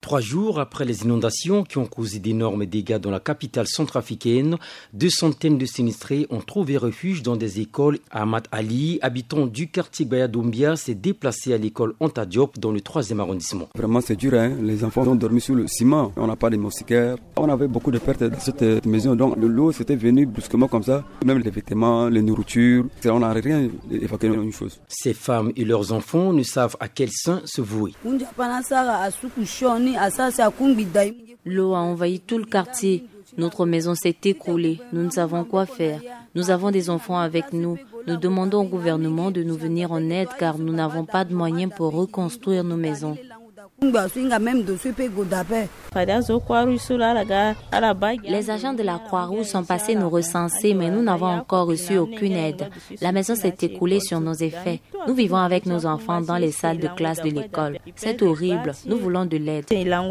3 jours après les inondations qui ont causé d'énormes dégâts dans la capitale centrafricaine, 2 centaines de sinistrés ont trouvé refuge dans des écoles. Ahmad Ali, habitant du quartier Bayadombia, s'est déplacé à l'école Anta Diop dans le 3e arrondissement. Vraiment c'est dur, les enfants ont dormi sur le ciment, on n'a pas de moustiquaires. On avait beaucoup de pertes dans cette maison, donc l'eau c'était venu brusquement comme ça, même les vêtements, les nourritures, on n'a rien évacué une chose. Ces femmes et leurs enfants ne savent à quel saint se vouer. L'eau a envahi tout le quartier. Notre maison s'est écroulée. Nous ne savons quoi faire. Nous avons des enfants avec nous. Nous demandons au gouvernement de nous venir en aide car nous n'avons pas de moyens pour reconstruire nos maisons. Les agents de la Croix-Rouge sont passés nous recenser, mais nous n'avons encore reçu aucune aide. La maison s'est écoulée sur nos effets. Nous vivons avec nos enfants dans les salles de classe de l'école. C'est horrible. Nous voulons de l'aide.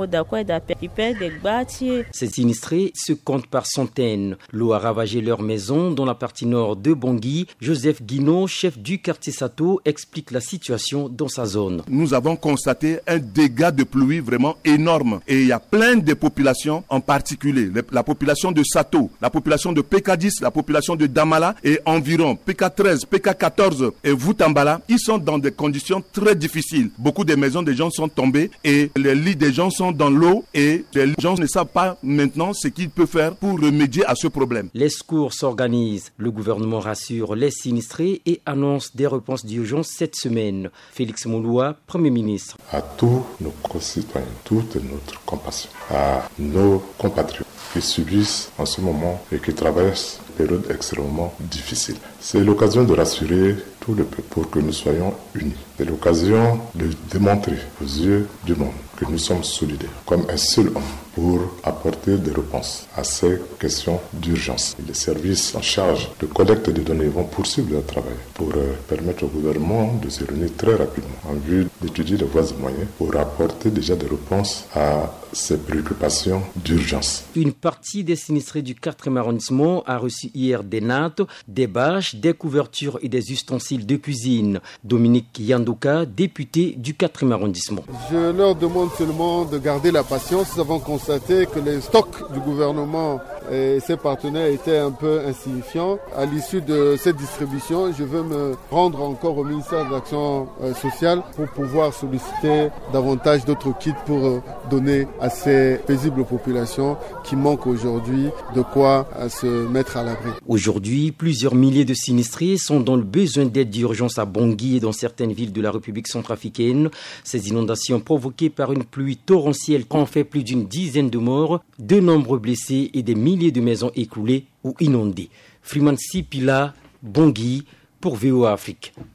Ces sinistrés se comptent par centaines. L'eau a ravagé leur maison dans la partie nord de Bangui. Joseph Guino, chef du quartier Sato, explique la situation dans sa zone. Nous avons constaté un dégât de pluie vraiment énorme. Et il y a plein de populations, en particulier la population de Sato, la population de PK10, la population de Damala et environ PK13, PK14 et Voutambala. Ils sont dans des conditions très difficiles. Beaucoup de maisons des gens sont tombées et les lits des gens sont dans l'eau et les gens ne savent pas maintenant ce qu'ils peuvent faire pour remédier à ce problème. Les secours s'organisent. Le gouvernement rassure les sinistrés et annonce des réponses d'urgence cette semaine. Félix Mouloua, Premier ministre. À tous nos concitoyens, toute notre compassion, à nos compatriotes qui subissent en ce moment et qui traversent une période extrêmement difficile. C'est l'occasion de rassurer tout le peuple pour que nous soyons unis. C'est l'occasion de démontrer aux yeux du monde que nous sommes solidaires comme un seul homme pour apporter des réponses à ces questions d'urgence. Les services en charge de collecte de données vont poursuivre leur travail pour permettre au gouvernement de se réunir très rapidement en vue d'étudier les voies et moyens pour apporter déjà des réponses à ces préoccupations d'urgence. Une partie des sinistrés du 4e arrondissement a reçu hier des nattes, des bâches, des couvertures et des ustensiles de cuisine. Dominique Yandouka, député du 4e arrondissement. Je leur demande seulement de garder la patience. Nous avons constaté que les stocks du gouvernement et ses partenaires étaient un peu insignifiants. À l'issue de cette distribution, je veux me rendre encore au ministère de l'Action sociale pour pouvoir solliciter davantage d'autres kits pour donner à ces paisibles populations qui manquent aujourd'hui de quoi se mettre à l'abri. Aujourd'hui, plusieurs milliers de sinistrés sont dans le besoin d'aide d'urgence à Bangui et dans certaines villes de la République centrafricaine. Ces inondations provoquées par une pluie torrentielle ont fait plus d'une dizaine de morts, de nombreux blessés et des milliers de maisons écoulées ou inondées. Freeman Sipila, Bangui, pour VOA Afrique.